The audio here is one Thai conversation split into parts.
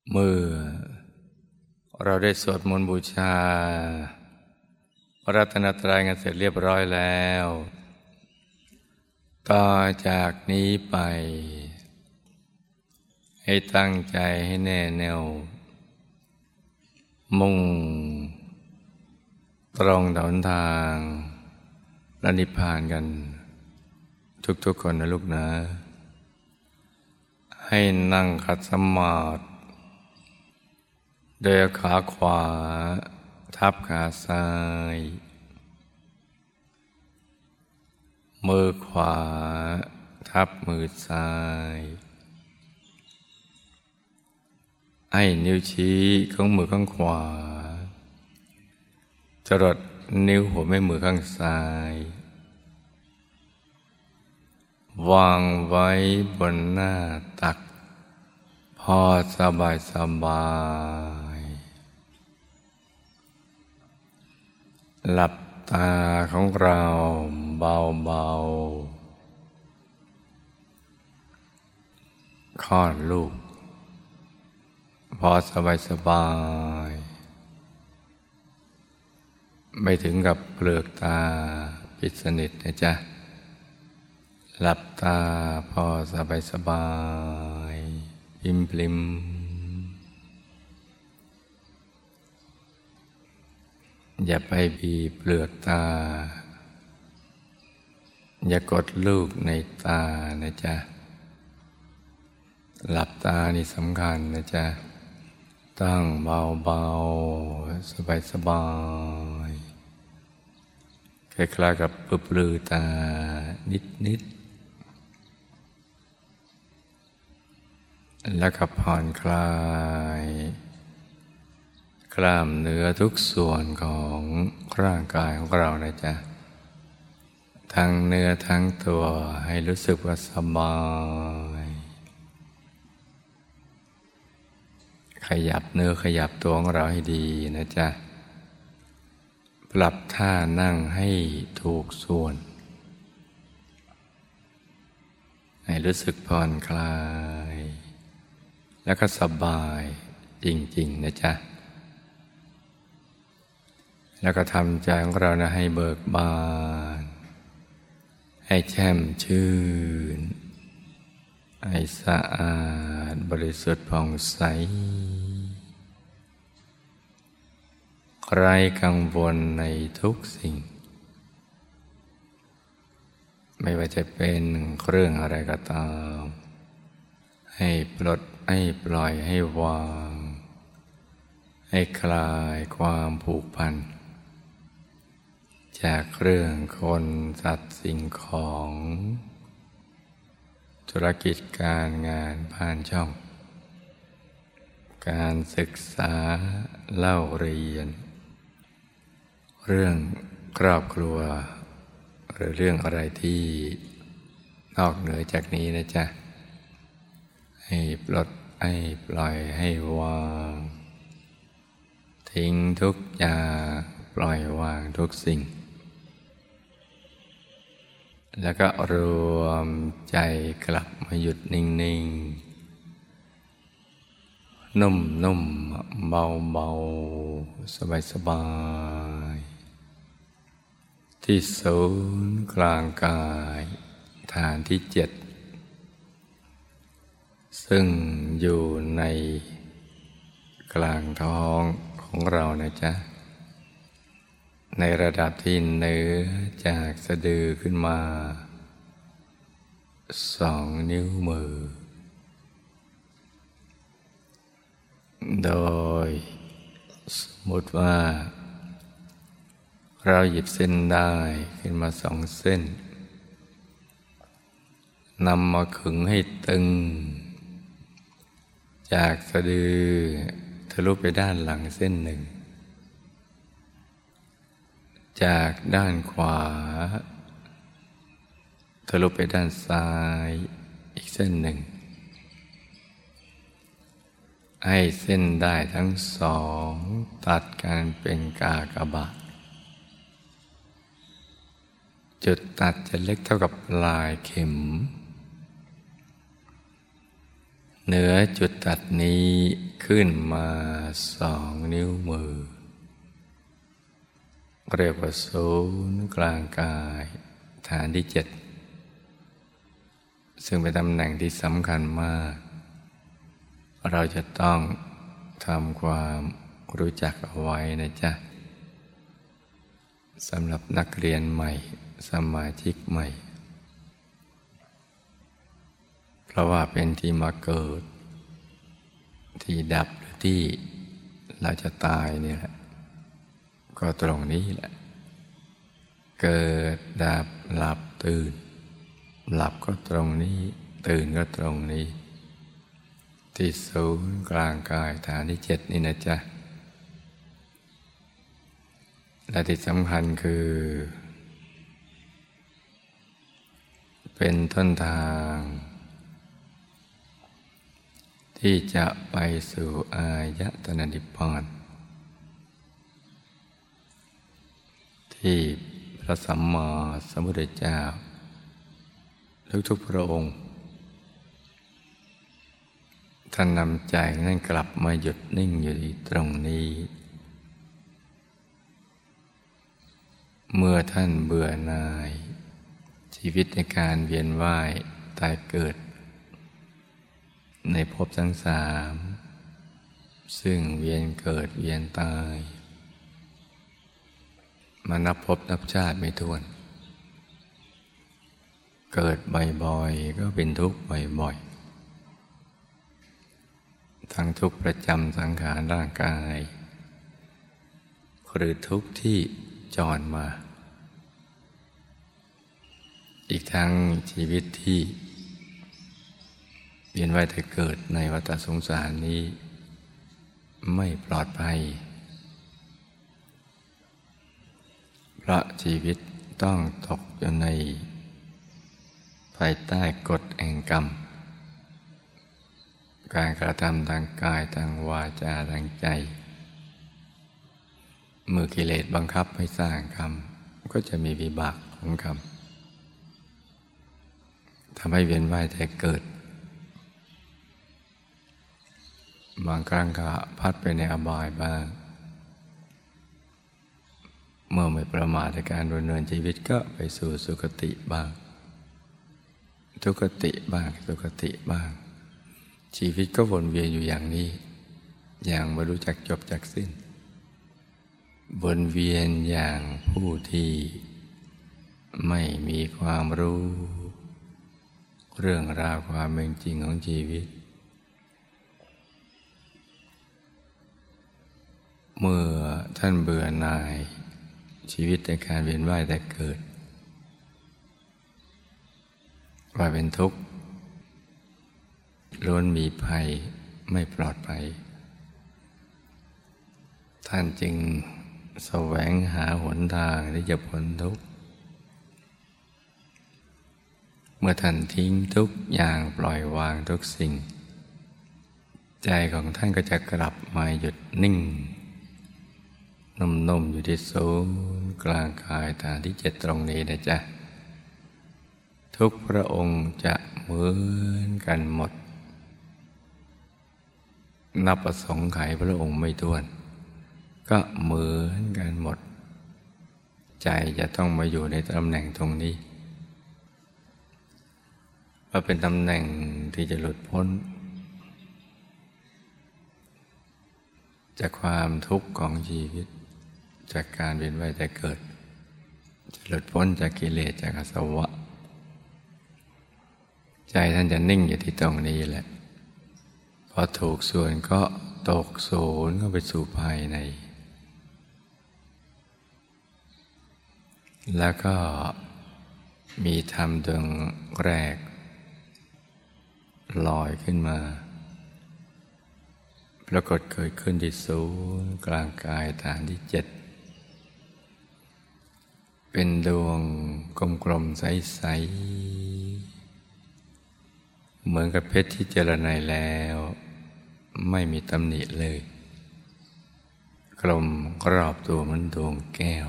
เมื่อเราได้สวดมนต์บูชาพระรัตนตรัยกันเสร็จเรียบร้อยแล้วต่อจากนี้ไปให้ตั้งใจให้แน่แน่วมุ่งตรงต่อหนทางพระนิพพานกันทุกๆคนนะลูกนะให้นั่งขัดสมาธิโดยขาขวาทับขาซ้ายมือขวาทับมือซ้ายให้นิ้วชี้ของมือข้างขวาจรดนิ้วหัวแม่มือข้างซ้ายวางไว้บนหน้าตักพอสบายหลับตาของเราเบาๆคลอดลูกพอสบายไม่ถึงกับเปลือกตาปิดสนิทนะจ๊ะหลับตาพอสบายพลิมอย่าไปบีบเปลือกตาอย่ากดลูกในตานะจ๊ะหลับตานี่สำคัญนะจ๊ะตั้งเบาๆสบายคล้ายๆกับปลือตานิดแล้วก็ผ่อนคลายกล้ามเนื้อทุกส่วนของร่างกายของเรานะจ๊ะทั้งเนื้อทั้งตัวให้รู้สึกว่าสบายขยับเนื้อขยับตัวของเราให้ดีนะจ๊ะปรับท่านั่งให้ถูกส่วนให้รู้สึกผ่อนคลายแล้วก็สบายจริงๆนะจ๊ะแล้วก็ทำใจของเรานะให้เบิกบานให้แช่มชื่นให้สะอาดบริสุทธิ์ผ่องใสไร้กังวลในทุกสิ่งไม่ว่าจะเป็นเรื่องอะไรก็ตามให้ปลดให้ปล่อยให้วางให้คลายความผูกพันจากเรื่องคนสัตว์สิ่งของธุรกิจการงานบ้านช่องการศึกษาเล่าเรียนเรื่องครอบครัวหรือเรื่องอะไรที่นอกเหนือจากนี้นะจ๊ะให้ปลดให้ปล่อยให้วางทิ้งทุกอย่างปล่อยวางทุกสิ่งแล้วก็รวมใจกลับมาหยุดนิ่งๆนุ่มๆเบาๆสบายๆที่ศูนย์กลางกายฐานที่7ซึ่งอยู่ในกลางท้องของเรานะจ๊ะในระดับที่เหนือจากสะดือขึ้นมา2 นิ้วมือโดยสมมติว่าเราหยิบเส้นได้ขึ้นมา2 เส้นนำมาขึงให้ตึงจากสะดือทะลุไปด้านหลังเส้นหนึ่งจากด้านขวาทะลุไปด้านซ้ายอีกเส้นหนึ่งให้เส้นได้ทั้ง2ตัดกันเป็นกากบาทจุดตัดจะเล็กเท่ากับปลายเข็มเหนือจุดตัดนี้ขึ้นมา2 นิ้วมือเรียกว่าศูนย์กลางกายฐานที่ 7ซึ่งเป็นตำแหน่งที่สำคัญมากเราจะต้องทำความรู้จักเอาไว้นะจ๊ะสำหรับนักเรียนใหม่สมาชิกใหม่เพราะว่าเป็นที่มาเกิดที่ดับหรือที่เราจะตายนี่แหละก็ตรงนี้แหละเกิดดับหลับตื่นหลับก็ตรงนี้ตื่นก็ตรงนี้ที่ศูนย์กลางกายฐานที่ 7นี่นะจ๊ะและที่สำคัญคือเป็นต้นทางที่จะไปสู่อายตนะนิพพานที่พระสัมมาสัมพุทธเจ้าทุกๆพระองค์ท่านนำใจนั้นกลับมาหยุดนิ่งอยู่ที่ตรงนี้เมื่อท่านเบื่อหน่ายชีวิตในการเวียนว่ายตายเกิดในภพทั้ง3ซึ่งเวียนเกิดเวียนตายมานับภพนับชาติไม่ถ้วนเกิดบ่อยๆก็เป็นทุกข์บ่อยๆทั้งทุกข์ประจำสังขารร่างกายหรือทุกข์ที่จรมาอีกทั้งชีวิตที่เวียนว่ายแต่เกิดในวัฏสงสารนี้ไม่ปลอดภัยเพราะชีวิตต้องตกอยู่ในภายใต้กฎแห่งกรรมการกระทำทางกายทางวาจาทางใจเมื่อกิเลสบังคับให้สร้างกรรมก็จะมีวิบากของกรรมทำให้เวียนว่ายแต่เกิดบางครั้งก็พัดไปในอบายบ้างเมื่อไม่ประมาทในการดำเนินชีวิตก็ไปสู่สุคติบ้างทุคติบ้างสุคติบ้างชีวิตก็วนเวียนอยู่อย่างนี้อย่างไม่รู้จักจบจักสิ้นวนเวียนอย่างผู้ที่ไม่มีความรู้เรื่องราวความเป็นจริงของชีวิตเมื่อท่านเบื่อหน่ายชีวิตในการเวียนว่ายแต่เกิดว่าเป็นทุกข์ล้วนมีภัยไม่ปลอดภัยท่านจึงแสวงหาหนทางที่จะพ้นทุกข์เมื่อท่านทิ้งทุกอย่างปล่อยวางทุกสิ่งใจของท่านก็จะกลับมาหยุดนิ่งนุ่มๆอยู่ที่ศูนย์กลางกายฐานที่ 7ตรงนี้นะจ๊ะทุกพระองค์จะเหมือนกันหมดนับประสงค์ไขพระองค์ไม่ถ้วนก็เหมือนกันหมดใจจะต้องมาอยู่ในตำแหน่งตรงนี้ว่าเป็นตำแหน่งที่จะหลุดพ้นจากความทุกข์ของชีวิตจากการเวียนว่ายแต่เกิดจะหลุดพ้นจากกิเลสจากอาสวะใจท่านจะนิ่งอยู่ที่ตรงนี้แหละพอถูกส่วนก็ตกศูนย์ก็ไปสู่ภายในแล้วก็มีธรรมดวงแรกลอยขึ้นมาปรากฏเกิดขึ้นที่ศูนย์กลางกายฐานที่ 7เป็นดวงกลมๆใสๆเหมือนกับเพชรที่เจรไนแล้วไม่มีตำหนิเลยกลมรอบตัวเหมือนดวงแก้ว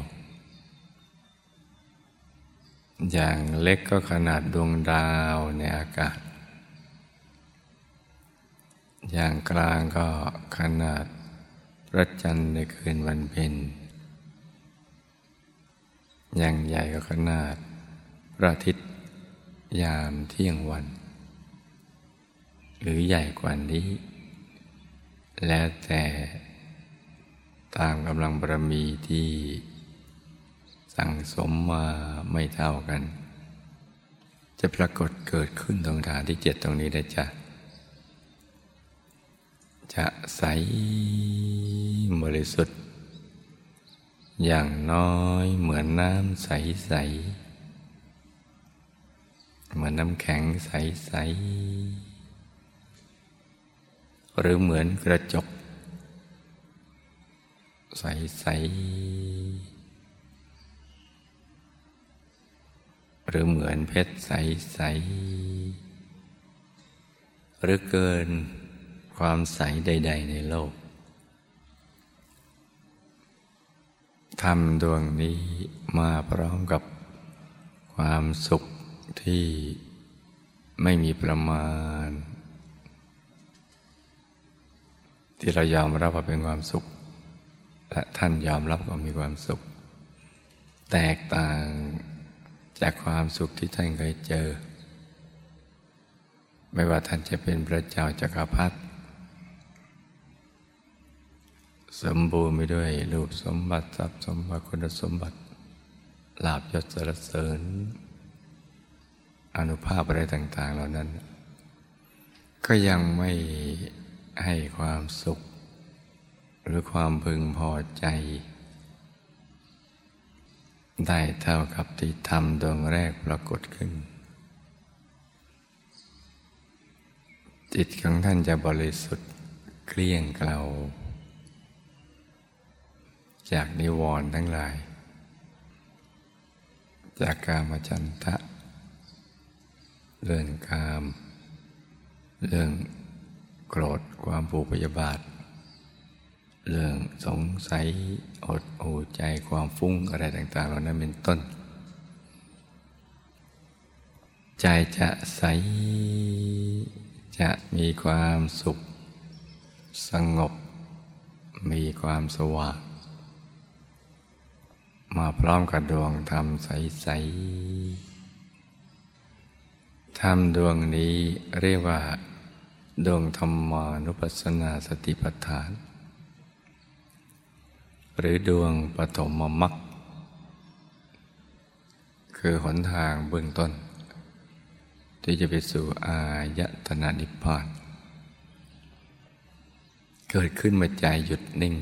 อย่างเล็กก็ขนาดดวงดาวในอากาศอย่างกลางก็ขนาดพระจันทร์ในคืนวันเพ็ญอย่างใหญ่ก็ขนาดพระอาทิตย์ยามเที่ยงวันหรือใหญ่กว่านี้แล้วแต่ตามกำลังบารมีที่สั่งสมมาไม่เท่ากันจะปรากฏเกิดขึ้นตรงฐานที่7ตรงนี้ได้จ้ะจะใสบริสุทธิ์อย่างน้อยเหมือนน้ำใสๆเหมือนน้ำแข็งใสๆหรือเหมือนกระจกใสๆหรือเหมือนเพชรใสๆหรือเกินความใสใดๆในโลกธรรมดวงนี้มาพร้อมกับความสุขที่ไม่มีประมาณที่เรายอมรับว่าเป็นความสุขและท่านยอมรับว่ามีความสุขแตกต่างจากความสุขที่ท่านเคยเจอไม่ว่าท่านจะเป็นพระเจ้าจักรพรรดิสมบูรณ์ไปด้วยรูปสมบัติทรัพย์สมบัติคุณสมบัติลาภยศสรรเสริญอานุภาพอะไรต่างๆเหล่านั้นก็ยังไม่ให้ความสุขหรือความพึงพอใจได้เท่ากับที่ธรรมดวงแรกปรากฏขึ้นจิตของท่านจะบริสุทธิ์เกลี้ยงเกลาจากนิวรณ์ทั้งหลายจากกามฉันทะเรื่องกามเรื่องโกรธความผูกพยาบาทเรื่องสงสัยอดหูใจความฟุ้งอะไรต่างๆเหล่านั้นเป็นต้นใจจะใสจะมีความสุขสงบมีความสว่างมาพร้อมกับดวงธรรมใสๆธรรมดวงนี้เรียกว่าดวงธรรมานุปัสสนาสติปัฏฐานหรือดวงปฐมมรรคคือหนทางเบื้องต้นที่จะไปสู่อายตนะนิพพานเกิดขึ้นเมื่อใจหยุดนิ่ง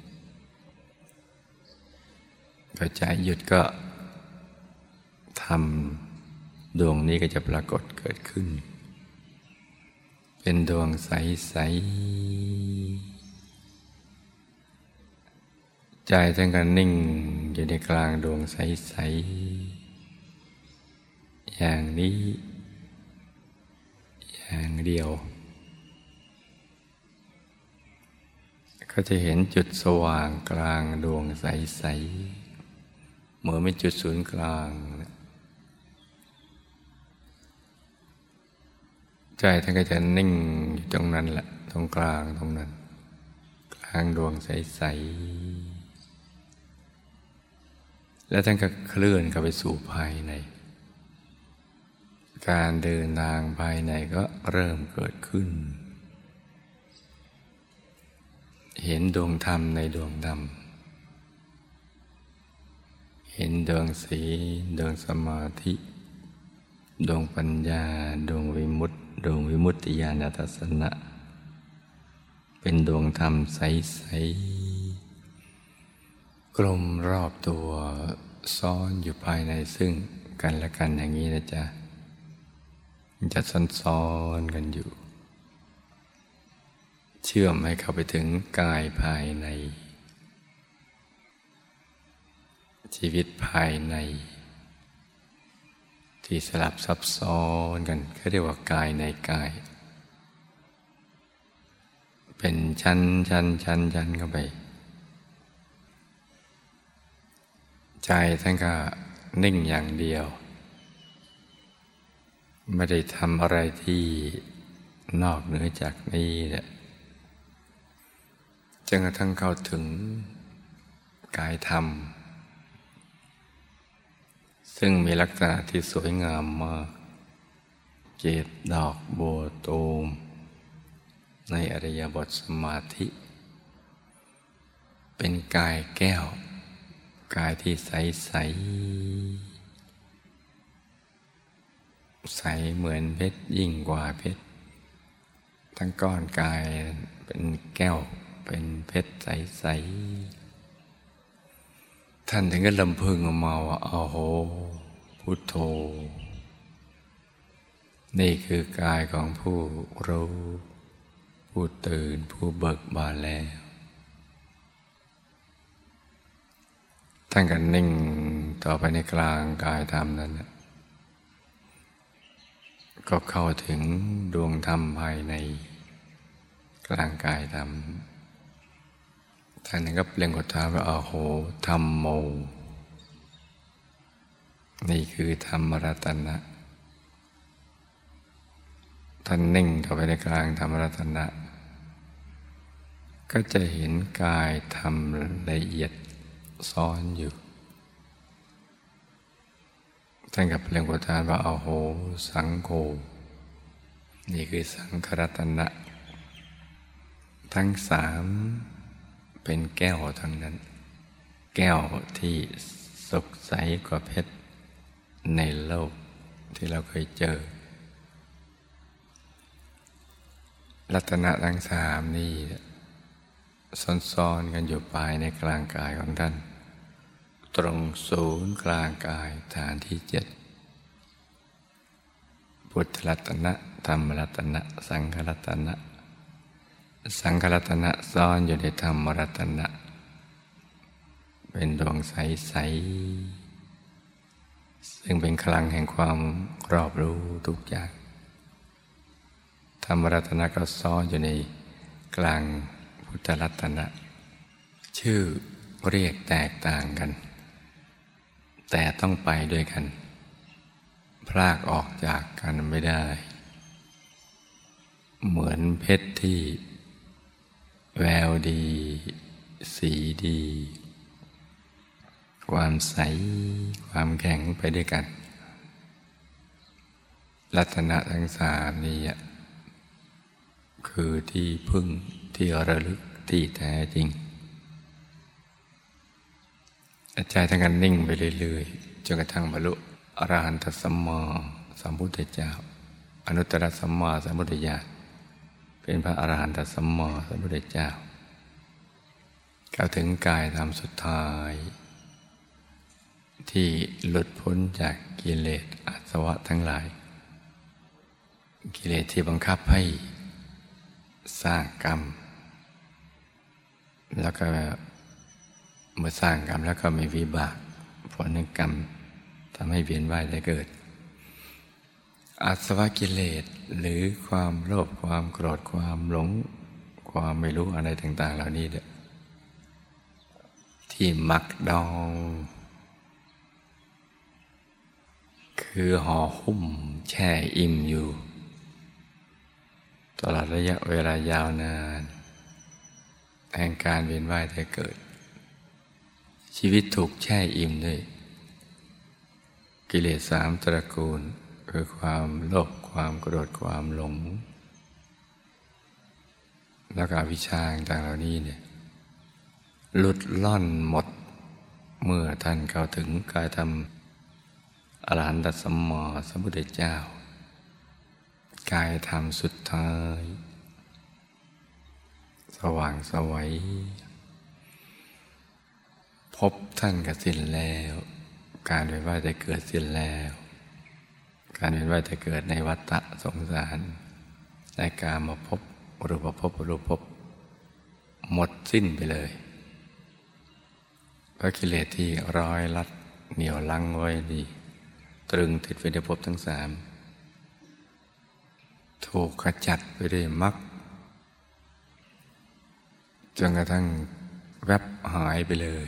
พอใจหยุดก็ทำดวงนี้ก็จะปรากฏเกิดขึ้นเป็นดวงใสๆใจท่านก็นิ่งอยู่ในกลางดวงใสๆอย่างนี้อย่างเดียวก็จะเห็นจุดสว่างกลางดวงใสๆเหมือนเป็นจุดศูนย์กลางใจท่านก็จะนิ่งอยู่ตรงนั้นแหละตรงกลางตรงนั้นกลางดวงใสๆแล้วท่านก็เคลื่อนเข้าไปสู่ภายในการเดินทางภายในก็เริ่มเกิดขึ้นเห็นดวงธรรมในดวงธรรมเห็นดวงศีลดวงสมาธิดวงปัญญาดวงวิมุตติดวงวิมุตติญาณทัสสนะเป็นดวงธรรมใสๆกลมรอบตัวซ้อนอยู่ภายในซึ่งกันและกันอย่างนี้นะจ๊ะจะซ้อนๆกันอยู่เชื่อมให้เข้าไปถึงกายภายในชีวิตภายในที่สลับซับซ้อนกันเขาเรียกว่ากายในกายเป็นชั้นเข้าไปใจท่านก็นิ่งอย่างเดียวไม่ได้ทำอะไรที่นอกเหนือจากนี้แหละนกระทั่งเข้าถึงกายธรรมซึ่งมีลักษณะที่สวยงามมากเจดดอกบัวตูมในอริยบทสมาธิเป็นกายแก้วกายที่ใสใสใสเหมือนเพชรยิ่งกว่าเพชรทั้งก้อนกายเป็นแก้วเป็นเพชรใสใสท่านถึงก็ลำพึงออกมาว่าโอ้โหพุทโธนี่คือกายของผู้รู้ผู้ตื่นผู้เบิกบานแล้วท่านก็นิ่งต่อไปในกลางกายธรรมนั้นก็เข้าถึงดวงธรรมภายในกลางกายธรรมท่านก็เปล่งคำถามว่าโอ้โหธัมโมนี่คือธรรมรัตนะท่านนิ่งต่อไปในกลางธรรมรัตนะก็จะเห็นกายธรรมละเอียดซ้อนอยู่ท่านกับเปล่งคำถามว่าโอ้โหสังโฆนี่คือสังขรัตนะทั้งสามเป็นแก้วทั้งนั้นแก้วที่สุขใสกว่าเพชรในโลกที่เราเคยเจอรัตนะทั้งสามนี่ซ้อนๆกันอยู่ภายในกลางกายของท่านตรงศูนย์กลางกายฐานที่7พุทธรัตนะธรรมรัตนะสังฆรัตนะสังฆรัตนะซ่อนอยู่ในธรรมรัตนะเป็นดวงใสๆซึ่งเป็นคลังแห่งความรอบรู้ทุกอย่างธรรมรัตนะก็ซ่อนอยู่ในกลางพุทธรัตนะชื่อเรียกแตกต่างกันแต่ต้องไปด้วยกันพรากออกจากกันไม่ได้เหมือนเพชรที่แววดีสีดีความใสความแข็งไปด้วยกันรัตนะทั้งสามนี้คือที่พึ่งที่ระลึกที่แท้จริงใจทั้งกันนิ่งไปเรื่อยๆจนกระทั่งบรรลุอรหันตสัมมาสัมพุทธเจ้าอนุตตรสัมมาสัมพุทธญาณเป็นพระอรหันตสัมมาสัมพุทธเจ้าเข้าถึงกายธรรมสุดท้ายที่หลุดพ้นจากกิเลสอาสวะทั้งหลายกิเลสที่บังคับให้สร้างกรรมแล้วก็เมื่อสร้างกรรมแล้วก็มีวิบากผลแห่งกรรมทำให้เวียนว่ายได้เกิดอาสวะกิเลสหรือความโลภความโกรธความหลงความไม่รู้อะไรต่างๆเหล่านี้ที่หมักดองคือห่อหุ้มแช่อิ่มอยู่ตลอดระยะเวลายาวนานแห่งการเวียนว่ายได้เกิดชีวิตถูกแช่อิ่มด้วยกิเลส3ตระกูลคือความโลภความโกรธความหลงแล้วก็อวิชชาต่างๆเหล่านี้หลุดล่อนหมดเมื่อท่านเข้าถึงกายธรรมอรหันตสัมมาสัมพุทธเจ้ากายธรรมสุดท้ายสว่างไสวพบท่านก็สิ้นแล้วการเวียนว่ายแต่เกิดสิ้นแล้วการเวียนว่ายแต่เกิดในวัฏฏะสงสารในกามภพรูปภพอรูปภพหมดสิ้นไปเลยเพราะกิเลสที่ร้อยลัดเหนี่ยวลังไว้ดีตรึงติดไว้ในภพทั้งสามถูกขจัดไปด้วยมรรคจนกระทั่งแวบหายไปเลย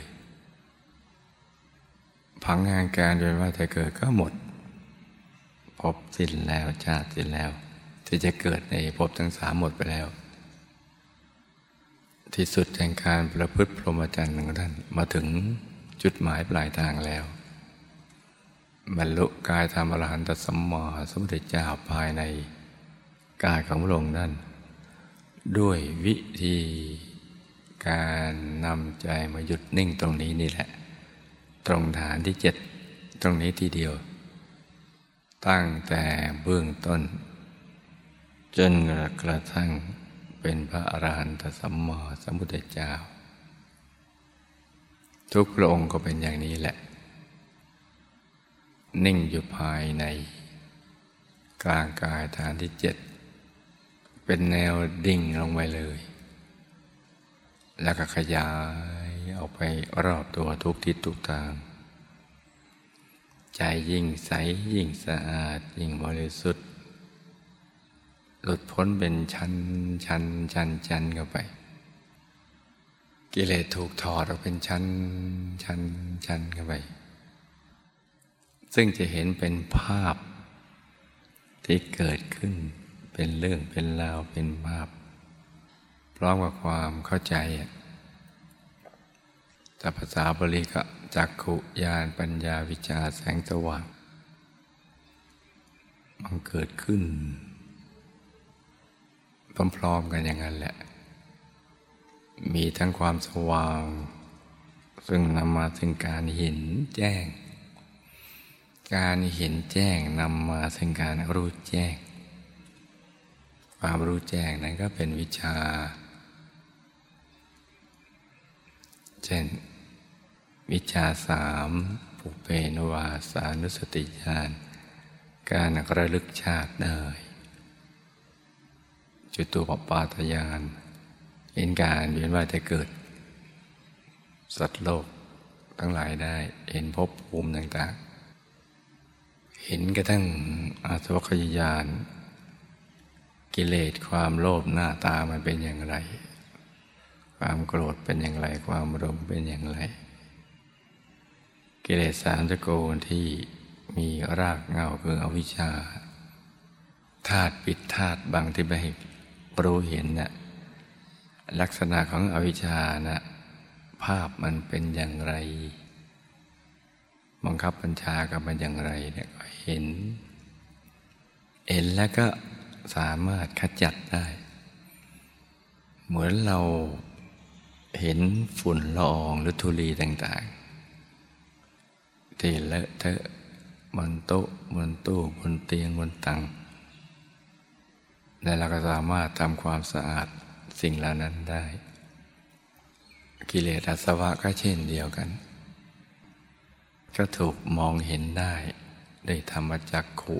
ผังงานการเวียนว่ายแต่เกิดก็หมดภพสิ้นแล้วชาติสิ้นแล้วที่จะเกิดในภพทั้งสามหมดไปแล้วทที่สุดแห่งการประพฤติพรหมจรรย์ของท่านมาถึงจุดหมายปลายทางแล้วบรรลุกายธรรมอรหันตสัมมาสัมพุทธเจ้าภายในกายของพระองค์นั้นด้วยวิธีการนำใจมาหยุดนิ่งตรงนี้นี่แหละตรงฐานที่7ตรงนี้ทีเดียวตั้งแต่เบื้องต้นจนกระทั่งเป็นพระอรหันตสัมมาสัมพุทธเจ้าทุกพระองค์ก็เป็นอย่างนี้แหละนิ่งอยู่ภายในกลางกายฐานที่7เป็นแนวดิ่งลงไปเลยแล้วก็ขยายออกไปรอบตัวทุกทิศทุกทางใจยิ่งใสยิ่งสะอาดยิ่งบริสุทธิ์หลุดพ้นเป็นชั้นเข้าไปกิเลสถูกถอดออกเป็นชั้นเข้าไปซึ่งจะเห็นเป็นภาพที่เกิดขึ้นเป็นเรื่องเป็นราวเป็นภาพพร้อมกับความเข้าใจแต่ภาษาบาลีก็จักขุญาณปัญญาวิชาแสงสว่างมันเกิดขึ้นพร้อมๆกันอย่างนั้นแหละมีทั้งความสว่างซึ่งนำมาถึงการเห็นแจ้งการเห็นแจ้งนำมาถึงการรู้แจ้งความรู้แจ้งนั้นก็เป็นวิชาเช่นวิชา3ปุเพนวาสานุสติญาณการระลึกชาติได้จุตูปปาทญาณเห็นการเวียนว่ายตายเกิดสัตว์โลกทั้งหลายได้เห็นภพภูมิต่างๆเห็นกระทั่งอาสวัคยญาณกิเลสความโลภหน้าตามันเป็นอย่างไรความโกรธเป็นอย่างไรความโลภเป็นอย่างไรกิเลส3ตระกูลที่มีรากเหง้าคืออวิชชาธาตุปิดธาตุบังที่ไม่ให้รู้เห็นน่ะลักษณะของอวิชชาน่ะภาพมันเป็นอย่างไรบังคับบัญชากับมันอย่างไรเนี่ยก็เห็นแล้วก็สามารถขจัดได้เหมือนเราเห็นฝุ่นละอองหรือธุลีต่างๆที่เลอะเทอะบนโต๊ะบนตู้บนเตียงบนตังและเราก็สามารถทำความสะอาดสิ่งเหล่านั้นได้กิเลสอาสวะก็เช่นเดียวกันก็ถูกมองเห็นได้ด้วยธรรมจักขุ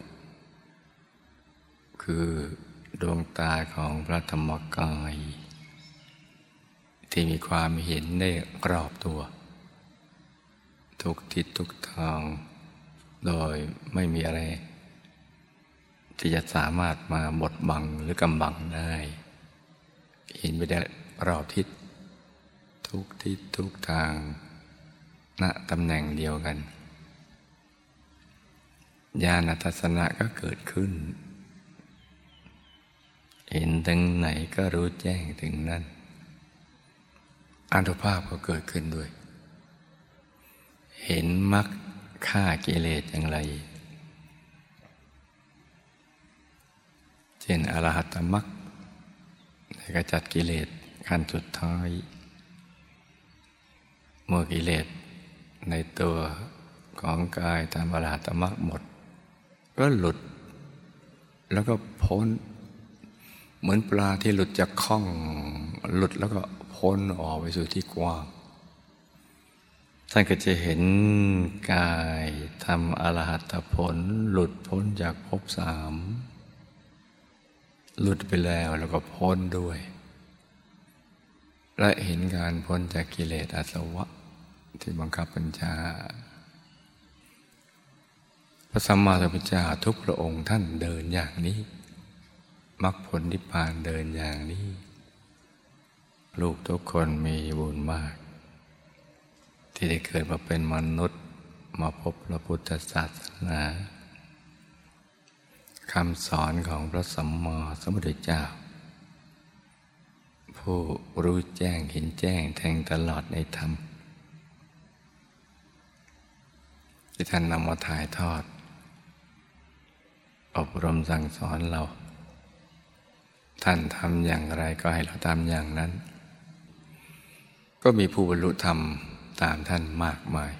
คือดวงตาของพระธรรมกายที่มีความเห็นได้รอบตัวทุกทิศทุกทางโดยไม่มีอะไรที่จะสามารถมาบดบังหรือกำบังได้เห็นไปได้รอบทิศทุกทิศทุกทางณตำแหน่งเดียวกันญาณทัศนะก็เกิดขึ้นเห็นถึงไหนก็รู้แจ้งถึงนั้นอานุภาพก็เกิดขึ้นด้วยเห็นมรรคฆ่ากิเลสอย่างไรเช่นอรหัตมรรคในกจัดกิเลสขั้นสุดท้ายเมื่อกิเลสในตัวของกายตามอรหัตมรรคหมดก็หลุดแล้วก็พ้นเหมือนปลาที่หลุดจากข้องหลุดแล้วก็พ้นออกไปสู่ที่กว้างท่านก็จะเห็นกายทำอรหัตผลหลุดพ้นจากภพ3หลุดไปแล้วก็พ้นด้วยและเห็นการพ้นจากกิเลสอาสวะที่บังคับบัญชาพระสัมมาสัมพุทธเจ้าทุกพระองค์ท่านเดินอย่างนี้มรรคผลนิพพานเดินอย่างนี้ลูกทุกคนมีบุญมากที่ได้เกิดมาเป็นมนุษย์มาพบพระพุทธศาสนาคำสอนของพระสัมมาสัมพุทธเจ้าผผู้รู้แจ้งเห็นแจ้งแทงตลอดในธรรมที่ท่านนำมาถ่ายทอดอบรมสั่งสอนเราท่านทำอย่างไรก็ให้เราทำอย่างนั้นก็มีผู้บรรลุธรรมตามท่านมากมาย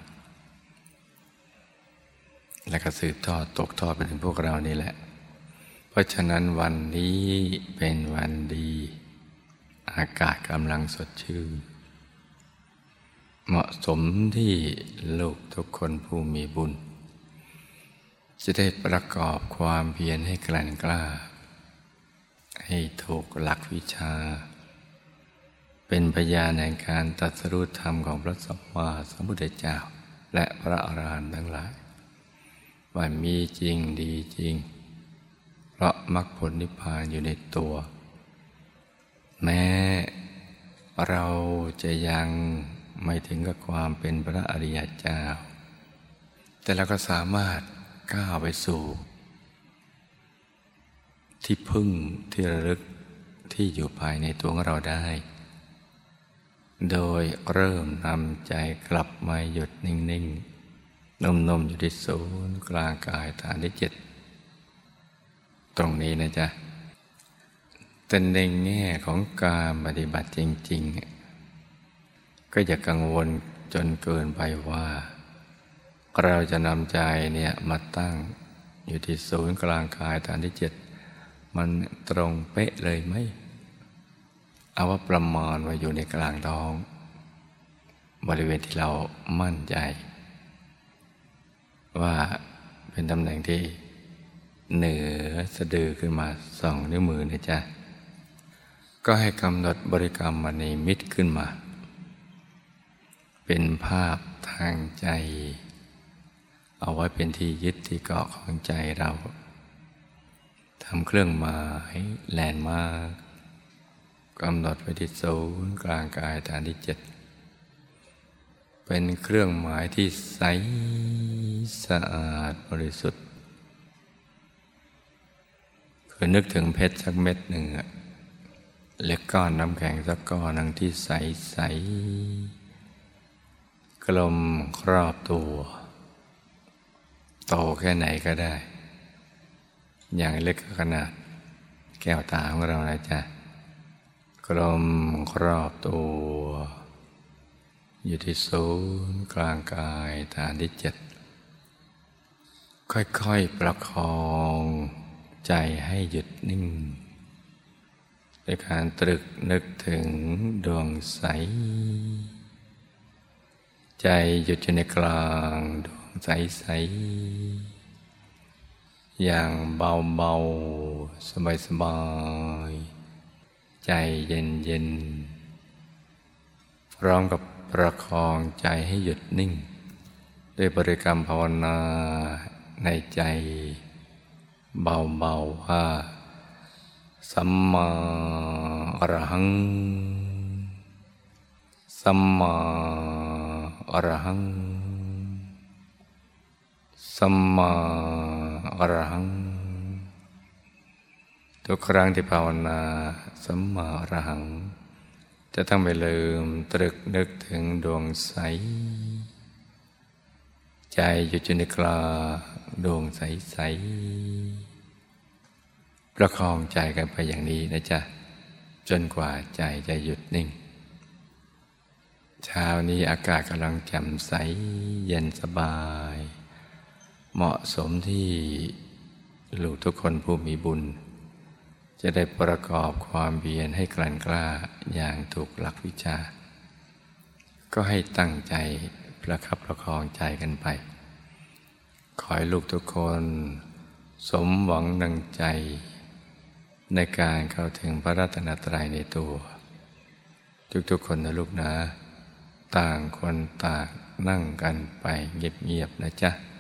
และก็สืบทอดตกทอดไปถึงพวกเรานี่แหละเพราะฉะนั้นวันนี้เป็นวันดีอากาศกำลังสดชื่นเหมาะสมที่ลูกทุกคนผู้มีบุญจะได้ประกอบความเพียรให้แกร่งกล้าให้ถูกหลักวิชาเป็นพยานในการตรัสรู้ธรรมของพระสัมมาสัมพุทธเจ้าและพระอรหันต์ทั้งหลายว่ามีจริงดีจริงเพราะมรรคผลนิพพานอยู่ในตัวแม้เราจะยังไม่ถึงกับความเป็นพระอริยเจ้าแต่เราก็สามารถก้าวไปสู่ที่พึ่งที่ระลึกที่อยู่ภายในตัวของเราได้โดยเริ่มนำใจกลับมาหยุดนิ่งๆนุ่มๆอยู่ที่ศูนย์กลางกายฐานที่ 7ตรงนี้นะจ๊ะแต่ในแง่ของการปฏิบัติจริงๆก็อย่ากังวลจนเกินไปว่าเราจะนำใจเนี่ยมาตั้งอยู่ที่ศูนย์กลางกายฐานที่ 7มันตรงเป๊ะเลยไหมเอาว่าประมาณว่าอยู่ในกลางท้องบริเวณที่เรามั่นใจว่าเป็นตำแหน่งที่เหนือสะดือขึ้นมา2 นิ้วมือนะจ๊ะก็ให้กำหนดบริกรรมมณีมิตขึ้นมาเป็นภาพทางใจเอาไว้เป็นที่ยึดที่เกาะของใจเราทำเครื่องหมายแลนด์มาร์คกำหนดไว้ที่ศูนย์กลางกายฐานที่ 7เป็นเครื่องหมายที่ใสสะอาดบริสุทธิ์คือนึกถึงเพชรสักเม็ดหนึ่งหรือก้อนน้ำแข็งสักก้อนหนึ่งที่ใสใสกลมครอบตัวโตแค่ไหนก็ได้อย่างเล็กขนาดแก้วตาของเรานะจ๊ะกลมครอบตัวอยู่ที่ศูนย์กลางกายฐานที่ 7ค่อยๆประคองใจให้หยุดนิ่งด้วยการตรึกนึกถึงดวงใสใจหยุดอยู่ในกลางดวงใสๆอย่างเบาๆสบายๆใจเย็นๆพร้อมกับประคองใจให้หยุดนิ่งด้วยบริกรรมภาวนาในใจเบาๆว่าสัมมาอรหังสัมมาอรหังสัมมาอรหังทุกครั้งที่ภาวนาสัมมาอรหังจะต้องไม่ลืมตรึกนึกถึงดวงใสใจอยู่ในกลางดวงใสๆประคองใจกันไปอย่างนี้นะจ๊ะจนกว่าใจจะหยุดนิ่งเช้านี้อากาศกำลังแจ่มใสเย็นสบายเหมาะสมที่ลูกทุกคนผู้มีบุญจะได้ประกอบความเพียรให้กลั่นกล้าอย่างถูกหลักวิชาก็ให้ตั้งใจประคับประคองใจกันไปขอให้ลูกทุกคนสมหวังดังใจในการเข้าถึงพระรัตนตรัยในตัวทุกๆคนนะลูกนะต่างคนต่างนั่งกันไปเงียบๆนะจ๊ะ